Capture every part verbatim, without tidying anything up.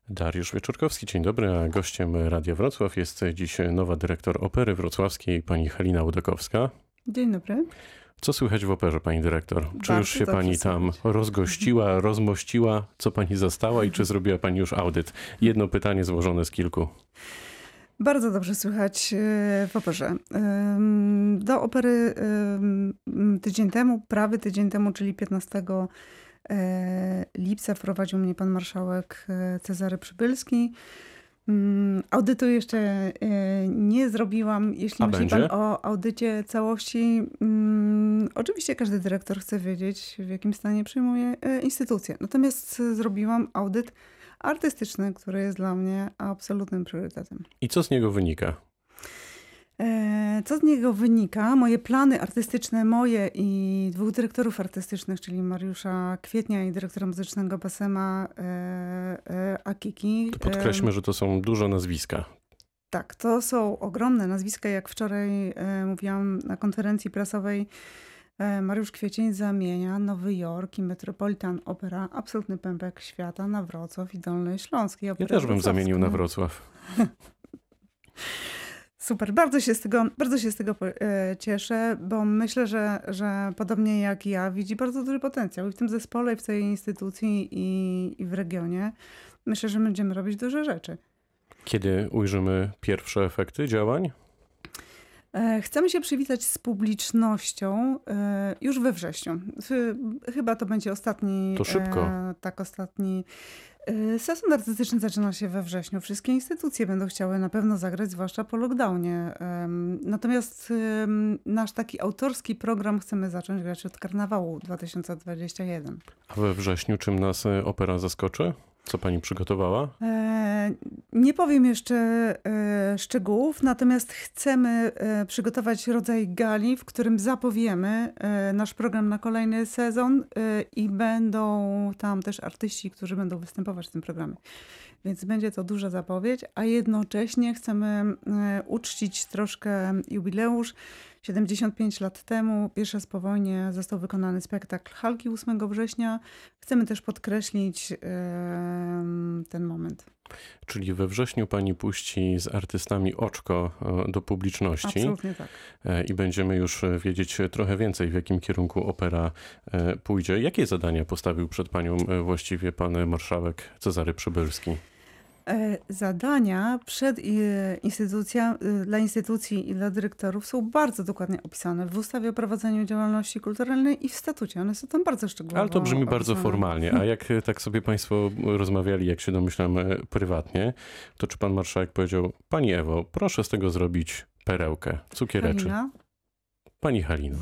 Dariusz Wieczorkowski, dzień dobry, a gościem Radia Wrocław jest dziś nowa dyrektor Opery Wrocławskiej, pani Halina Łydakowska. Dzień dobry. Co słychać w operze, pani dyrektor? Czy Bardzo już się pani tam słychać. rozgościła, rozmościła? Co pani zastała i czy zrobiła pani już audyt? Jedno pytanie złożone z kilku. Bardzo dobrze słychać w operze. Do opery tydzień temu, prawie tydzień temu, czyli piętnastego lipca wprowadził mnie pan marszałek Cezary Przybylski. Audytu jeszcze nie zrobiłam. Jeśli A myśli będzie? pan o audycie całości, um, oczywiście każdy dyrektor chce wiedzieć, w jakim stanie przyjmuje instytucję. Natomiast zrobiłam audyt artystyczny, który jest dla mnie absolutnym priorytetem. I co z niego wynika? Co z niego wynika? Moje plany artystyczne, moje i dwóch dyrektorów artystycznych, czyli Mariusza Kwietnia i dyrektora muzycznego Basema e, e, Akiki. To podkreślmy, że to są duże nazwiska. Tak, to są ogromne nazwiska. Jak wczoraj e, mówiłam na konferencji prasowej, e, Mariusz Kwiecień zamienia Nowy Jork i Metropolitan Opera, absolutny pępek świata, na Wrocław i Dolny Śląsk. I Ja Operę też bym Wrocławską. zamienił na Wrocław. Super, bardzo się z tego, bardzo się z tego e, cieszę, bo myślę, że, że podobnie jak ja widzi bardzo duży potencjał i w tym zespole, i w całej instytucji, i, i w regionie. Myślę, że będziemy robić duże rzeczy. Kiedy ujrzymy pierwsze efekty działań? E, chcemy się przywitać z publicznością e, już we wrześniu. Ch- chyba to będzie ostatni... To szybko. E, tak, ostatni... Sezon artystyczny zaczyna się we wrześniu. Wszystkie instytucje będą chciały na pewno zagrać, zwłaszcza po lockdownie. Natomiast nasz taki autorski program chcemy zacząć grać od karnawału dwa tysiące dwudziestego pierwszego. A we wrześniu czym nas opera zaskoczy? Co pani przygotowała? E, nie powiem jeszcze e, szczegółów, natomiast chcemy e, przygotować rodzaj gali, w którym zapowiemy e, nasz program na kolejny sezon e, i będą tam też artyści, którzy będą występować w tym programie. Więc będzie to duża zapowiedź, a jednocześnie chcemy e, uczcić troszkę jubileusz. siedemdziesiąt pięć lat temu, pierwszy raz po wojnie, został wykonany spektakl Halki ósmego września. Chcemy też podkreślić e, ten moment. Czyli we wrześniu pani puści z artystami oczko do publiczności. Absolutnie tak. I będziemy już wiedzieć trochę więcej, w jakim kierunku opera pójdzie. Jakie zadania postawił przed panią właściwie pan marszałek Cezary Przybylski? Zadania przed instytucja, dla instytucji i dla dyrektorów są bardzo dokładnie opisane w ustawie o prowadzeniu działalności kulturalnej i w statucie. One są tam bardzo szczegółowo Ale to brzmi bardzo opisane. formalnie. A jak tak sobie państwo rozmawiali, jak się domyślam, prywatnie, to czy pan marszałek powiedział: pani Ewo, proszę z tego zrobić perełkę, cukiereczek. Halina? Pani Halino.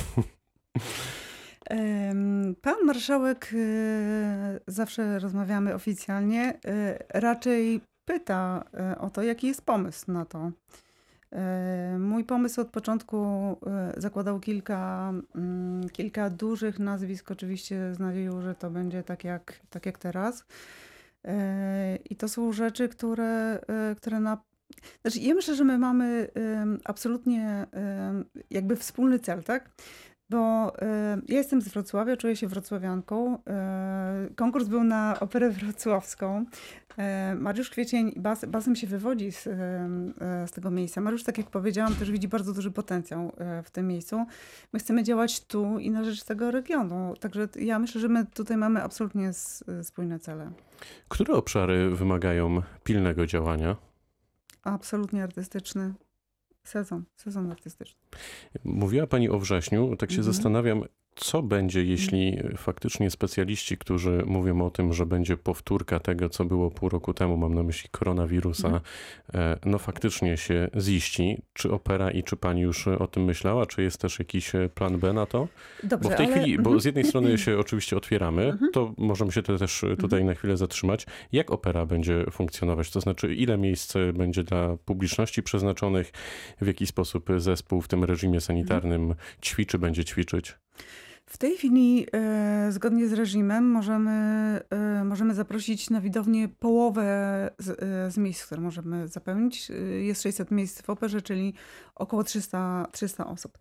Pan marszałek, zawsze rozmawiamy oficjalnie, raczej pyta o to, jaki jest pomysł na to. Mój pomysł od początku zakładał kilka, kilka dużych nazwisk, oczywiście z nadzieją, że to będzie tak jak, tak jak teraz. I to są rzeczy, które, które na Znaczy, ja myślę, że my mamy absolutnie jakby wspólny cel, tak? Bo y, ja jestem z Wrocławia, czuję się wrocławianką. Y, konkurs był na Operę Wrocławską. Y, Mariusz Kwiecień i Bas, Basem się wywodzi z, y, z tego miejsca. Mariusz, tak jak powiedziałam, też widzi bardzo duży potencjał y, w tym miejscu. My chcemy działać tu i na rzecz tego regionu. Także ja myślę, że my tutaj mamy absolutnie s, spójne cele. Które obszary wymagają pilnego działania? Absolutnie artystyczny. Sezon, sezon artystyczny. Mówiła pani o wrześniu, tak się Mhm. zastanawiam, co będzie, jeśli faktycznie specjaliści, którzy mówią o tym, że będzie powtórka tego, co było pół roku temu, mam na myśli koronawirusa, Mhm. no faktycznie się ziści. Czy opera i czy pani już o tym myślała? Czy jest też jakiś plan B na to? Dobrze, Bo w tej ale... chwili, bo z jednej strony się oczywiście otwieramy, Mhm. to możemy się te też tutaj na chwilę zatrzymać. Jak opera będzie funkcjonować? To znaczy, ile miejsc będzie dla publiczności przeznaczonych? W jaki sposób zespół w tym reżimie sanitarnym ćwiczy, będzie ćwiczyć? W tej chwili e, zgodnie z reżimem możemy, e, możemy zaprosić na widownię połowę z, e, z miejsc, które możemy zapełnić. E, Jest sześćset miejsc w operze, czyli około trzysta, trzysta osób.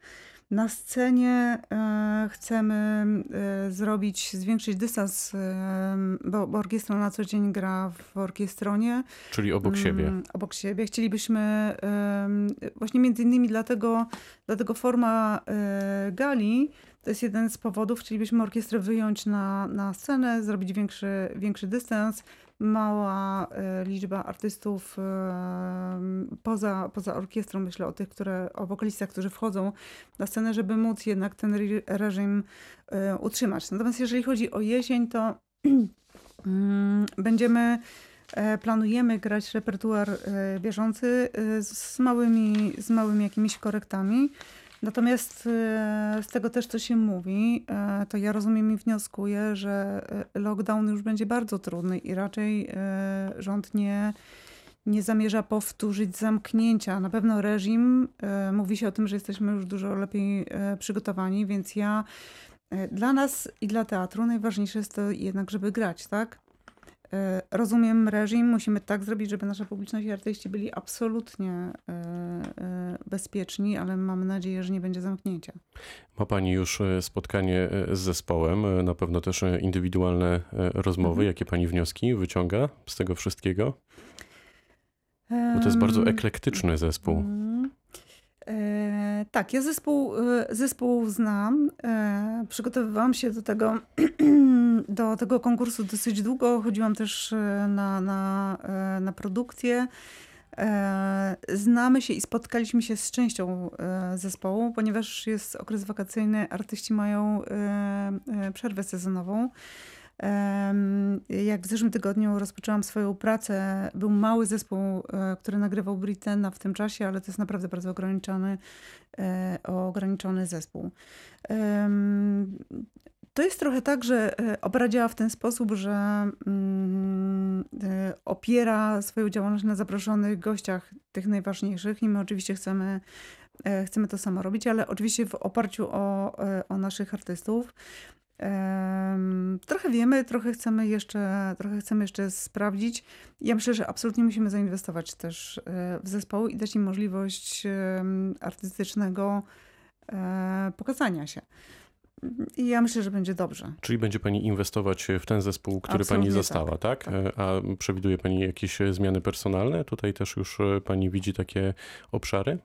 Na scenie e, chcemy e, zrobić, zwiększyć dystans, e, bo, bo orkiestra na co dzień gra w orkiestronie. Czyli obok siebie. Mm, obok siebie. Chcielibyśmy em, właśnie między innymi dlatego, dlatego forma e, gali to jest jeden z powodów. Chcielibyśmy orkiestrę wyjąć na, na scenę, zrobić większy, większy dystans. Mała e, liczba artystów e, poza, poza orkiestrą, myślę o tych, które, o wokalistach, którzy wchodzą na scenę, żeby móc jednak ten re- reżim e, utrzymać. Natomiast jeżeli chodzi o jesień, to mm, będziemy E, Planujemy grać repertuar e, bieżący e, z małymi, z małymi jakimiś korektami. Natomiast e, z tego też, co się mówi, e, to ja rozumiem i wnioskuję, że e, lockdown już będzie bardzo trudny i raczej e, rząd nie, nie zamierza powtórzyć zamknięcia. Na pewno reżim, e, mówi się o tym, że jesteśmy już dużo lepiej e, przygotowani, więc ja, e, dla nas i dla teatru najważniejsze jest to jednak, żeby grać, tak? E, Rozumiem reżim, musimy tak zrobić, żeby nasza publiczność i artyści byli absolutnie e, e, bezpieczni, ale mamy nadzieję, że nie będzie zamknięcia. Ma pani już e, spotkanie e, z zespołem, e, na pewno też e, indywidualne e, rozmowy. Mhm. Jakie pani wnioski wyciąga z tego wszystkiego? Bo to jest bardzo Em, eklektyczny zespół. mm, e, tak, ja zespół, e, zespół znam. E, przygotowywałam się do tego, do tego konkursu dosyć długo. Chodziłam też e, na, na, e, na produkcję. E, Znamy się i spotkaliśmy się z częścią e, zespołu, ponieważ jest okres wakacyjny, artyści mają e, e, przerwę sezonową. Em, Jak w zeszłym tygodniu rozpoczęłam swoją pracę, był mały zespół, e, który nagrywał Brittena w tym czasie, ale to jest naprawdę bardzo ograniczony, e, ograniczony zespół. Em, To jest trochę tak, że e, opera działa w ten sposób, że mm, e, opiera swoją działalność na zaproszonych gościach, tych najważniejszych, i my oczywiście chcemy, e, chcemy to samo robić, ale oczywiście w oparciu o, e, o naszych artystów. Em, Trochę wiemy, trochę chcemy jeszcze, trochę chcemy jeszcze sprawdzić. Ja myślę, że absolutnie musimy zainwestować też e, w zespoł i dać im możliwość em, artystycznego e, pokazania się. I ja myślę, że będzie dobrze. Czyli będzie pani inwestować w ten zespół, który Absolutnie pani została, tak? tak. E, A przewiduje pani jakieś e, zmiany personalne? Tutaj też już e, pani widzi takie obszary?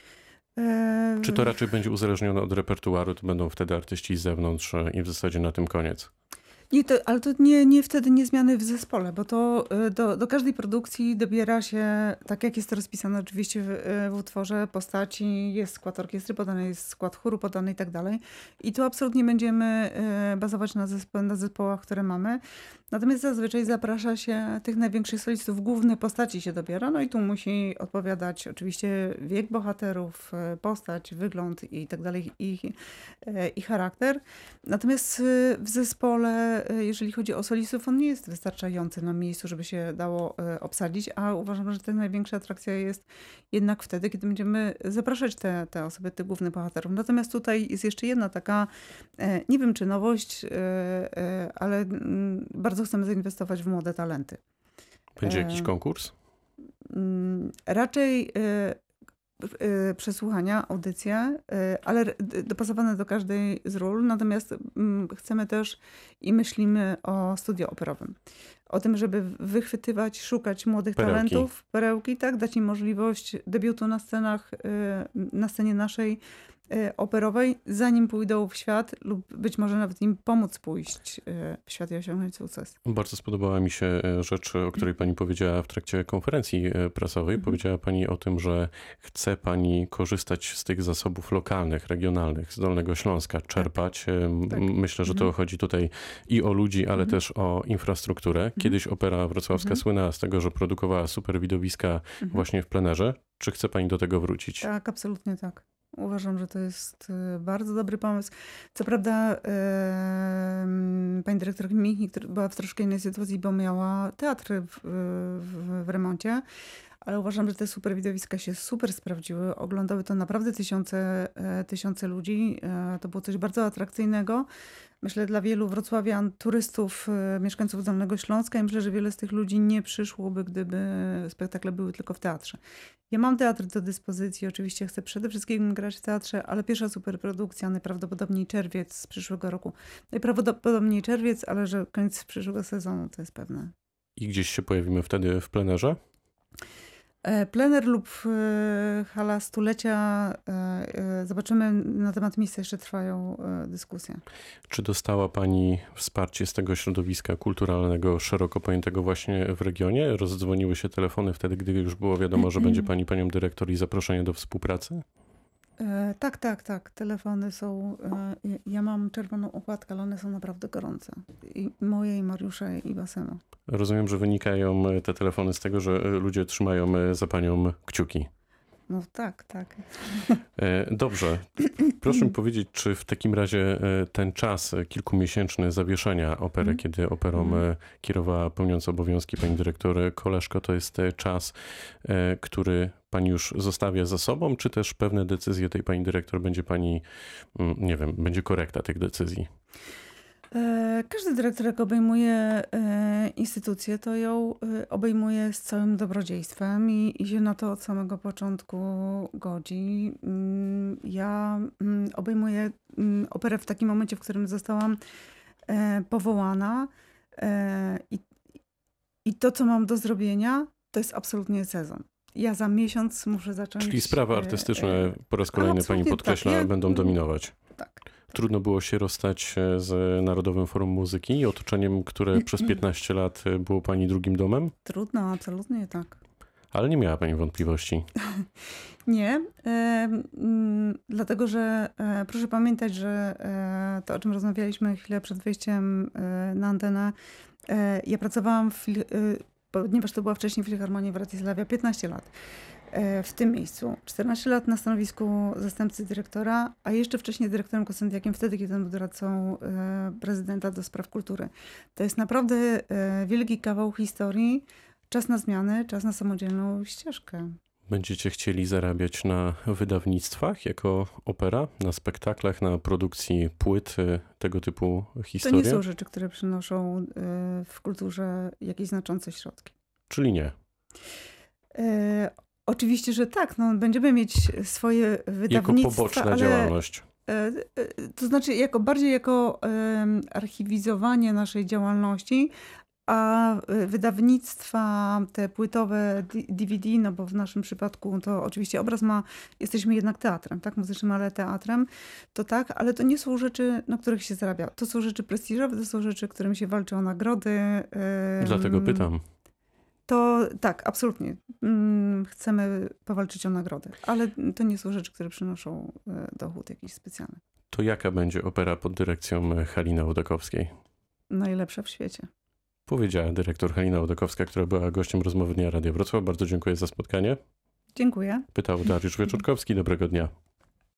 E, Czy to raczej będzie uzależnione od repertuaru, to będą wtedy artyści z zewnątrz e, i w zasadzie na tym koniec? Nie, to, ale to nie, nie wtedy nie zmiany w zespole, bo to y, do, do każdej produkcji dobiera się, tak jak jest to rozpisane oczywiście w, y, w utworze, postaci, jest skład orkiestry podany, jest skład chóru podany i tak dalej. I tu absolutnie będziemy y, bazować na, zespo, na zespołach, które mamy. Natomiast zazwyczaj zaprasza się tych największych solistów, główne postaci się dobiera, no i tu musi odpowiadać oczywiście wiek bohaterów, y, postać, wygląd i tak dalej, i, y, i charakter. Natomiast y, w zespole, y, jeżeli chodzi o solistów, on nie jest wystarczający na miejscu, żeby się dało y, obsadzić, a uważam, że ta największa atrakcja jest jednak wtedy, kiedy będziemy zapraszać te, te osoby, tych głównych bohaterów. Natomiast tutaj jest jeszcze jedna taka, e, nie wiem czy nowość, e, e, ale mm, bardzo chcemy zainwestować w młode talenty. Będzie E, jakiś konkurs? Mm, Raczej e, e, przesłuchania, audycje, e, ale r- d- dopasowane do każdej z ról. Natomiast mm, chcemy też i myślimy o studio operowym. O tym, żeby wychwytywać, szukać młodych Perełki. talentów, perełki, tak, dać im możliwość debiutu na scenach, e, na scenie naszej e, operowej, zanim pójdą w świat, lub być może nawet im pomóc pójść e, w świat i osiągnąć sukces. Bardzo spodobała mi się e, rzecz, o której pani powiedziała w trakcie konferencji e, prasowej. Mhm. Powiedziała pani o tym, że chce pani korzystać z tych zasobów lokalnych, regionalnych, z Dolnego Śląska, czerpać. E, m- tak. Myślę, że to Mhm. chodzi tutaj i o ludzi, ale Mhm. też o infrastrukturę. Kiedyś Opera Wrocławska Mhm. słynęła z tego, że produkowała super widowiska Mhm. właśnie w plenerze. Czy chce pani do tego wrócić? Tak, absolutnie tak. Uważam, że to jest e, bardzo dobry pomysł. Co prawda em, pani dyrektor Michnik była w troszkę innej sytuacji, bo miała teatr w, w, w remoncie, ale uważam, że te super widowiska się super sprawdziły. Oglądały to naprawdę tysiące, e, tysiące ludzi. E, To było coś bardzo atrakcyjnego. Myślę, dla wielu wrocławian, turystów, e, mieszkańców Dolnego Śląska i myślę, że wiele z tych ludzi nie przyszłoby, gdyby spektakle były tylko w teatrze. Ja mam teatr do dyspozycji, oczywiście chcę przede wszystkim grać w teatrze, ale pierwsza superprodukcja, najprawdopodobniej czerwiec z przyszłego roku. Najprawdopodobniej czerwiec, ale że koniec przyszłego sezonu to jest pewne. I gdzieś się pojawimy wtedy w plenerze? E, Plener lub e, hala stulecia, e, e, zobaczymy, na temat miejsca jeszcze trwają e, dyskusje. Czy dostała Pani wsparcie z tego środowiska kulturalnego, szeroko pojętego właśnie w regionie? Rozdzwoniły się telefony wtedy, gdy już było wiadomo, że będzie Pani panią dyrektor i zaproszenie do współpracy? E, Tak, tak, tak. Telefony są. e, ja- Ja mam czerwoną okładkę, ale one są naprawdę gorące. I moje, i Mariusza, i Basema. Rozumiem, że wynikają te telefony z tego, że ludzie trzymają za Panią kciuki. No tak, tak. E, Dobrze. Proszę mi powiedzieć, czy w takim razie e, ten czas e, kilkumiesięczny zawieszenia opery, Mhm. kiedy operą Mhm. e, kierowała pełniąca obowiązki pani dyrektor e, Koleżko, to jest e, czas, e, który pani już zostawia za sobą, czy też pewne decyzje tej pani dyrektor będzie pani, mm, nie wiem, będzie korekta tych decyzji? E, Każdy dyrektor, jak obejmuje e, instytucję, to ją e, obejmuje z całym dobrodziejstwem i, i się na to od samego początku godzi. Mm, Ja mm, obejmuję mm, operę w takim momencie, w którym zostałam e, powołana e, i, i to, co mam do zrobienia, to jest absolutnie sezon. Ja za miesiąc muszę zacząć... Czyli sprawy e, artystyczne e, po raz kolejny pani absolutnie podkreśla, tak. Ja- będą dominować. Tak. Trudno było się rozstać e, z Narodowym Forum Muzyki i otoczeniem, które przez piętnaście lat e, było pani drugim domem, Trudno, absolutnie tak. ale nie miała pani wątpliwości. Nie, e, mm, dlatego że e, proszę pamiętać, że e, to, o czym rozmawialiśmy chwilę przed wejściem e, na antenę, e, ja pracowałam, w, fil- e, ponieważ to była wcześniej Filharmonia Wratysławia, piętnaście lat e, w tym miejscu, czternaście lat na stanowisku zastępcy dyrektora, a jeszcze wcześniej dyrektorem Kosendiakiem, wtedy, kiedy on był doradcą e, prezydenta do spraw kultury. To jest naprawdę e, wielki kawał historii, czas na zmiany, czas na samodzielną ścieżkę. Będziecie chcieli zarabiać na wydawnictwach jako opera, na spektaklach, na produkcji płyt, e, tego typu To historie? nie są rzeczy, które przynoszą y, w kulturze jakieś znaczące środki. Czyli nie. E, Oczywiście, że tak. No, będziemy mieć swoje Jako wydawnictwa, poboczna ale działalność. e, e, to znaczy jako bardziej jako em, archiwizowanie naszej działalności, a e, wydawnictwa te płytowe D- DVD, no bo w naszym przypadku to oczywiście obraz ma, jesteśmy jednak teatrem, tak, muzycznym, ale teatrem, to tak, ale to nie są rzeczy, na których się zarabia. To są rzeczy prestiżowe, to są rzeczy, którym się walczy o nagrody. em, Dlatego pytam. To tak, absolutnie. Mm, Chcemy powalczyć o nagrody, ale to nie są rzeczy, które przynoszą e, dochód jakiś specjalny. To jaka będzie opera pod dyrekcją e, Haliny Ołdakowskiej? Najlepsza w świecie. Powiedziała dyrektor Halina Ołdakowska, która była gościem rozmowy Dnia Radia Wrocław. Bardzo dziękuję za spotkanie. Dziękuję. Pytał Dariusz Wieczorkowski. Dobrego dnia.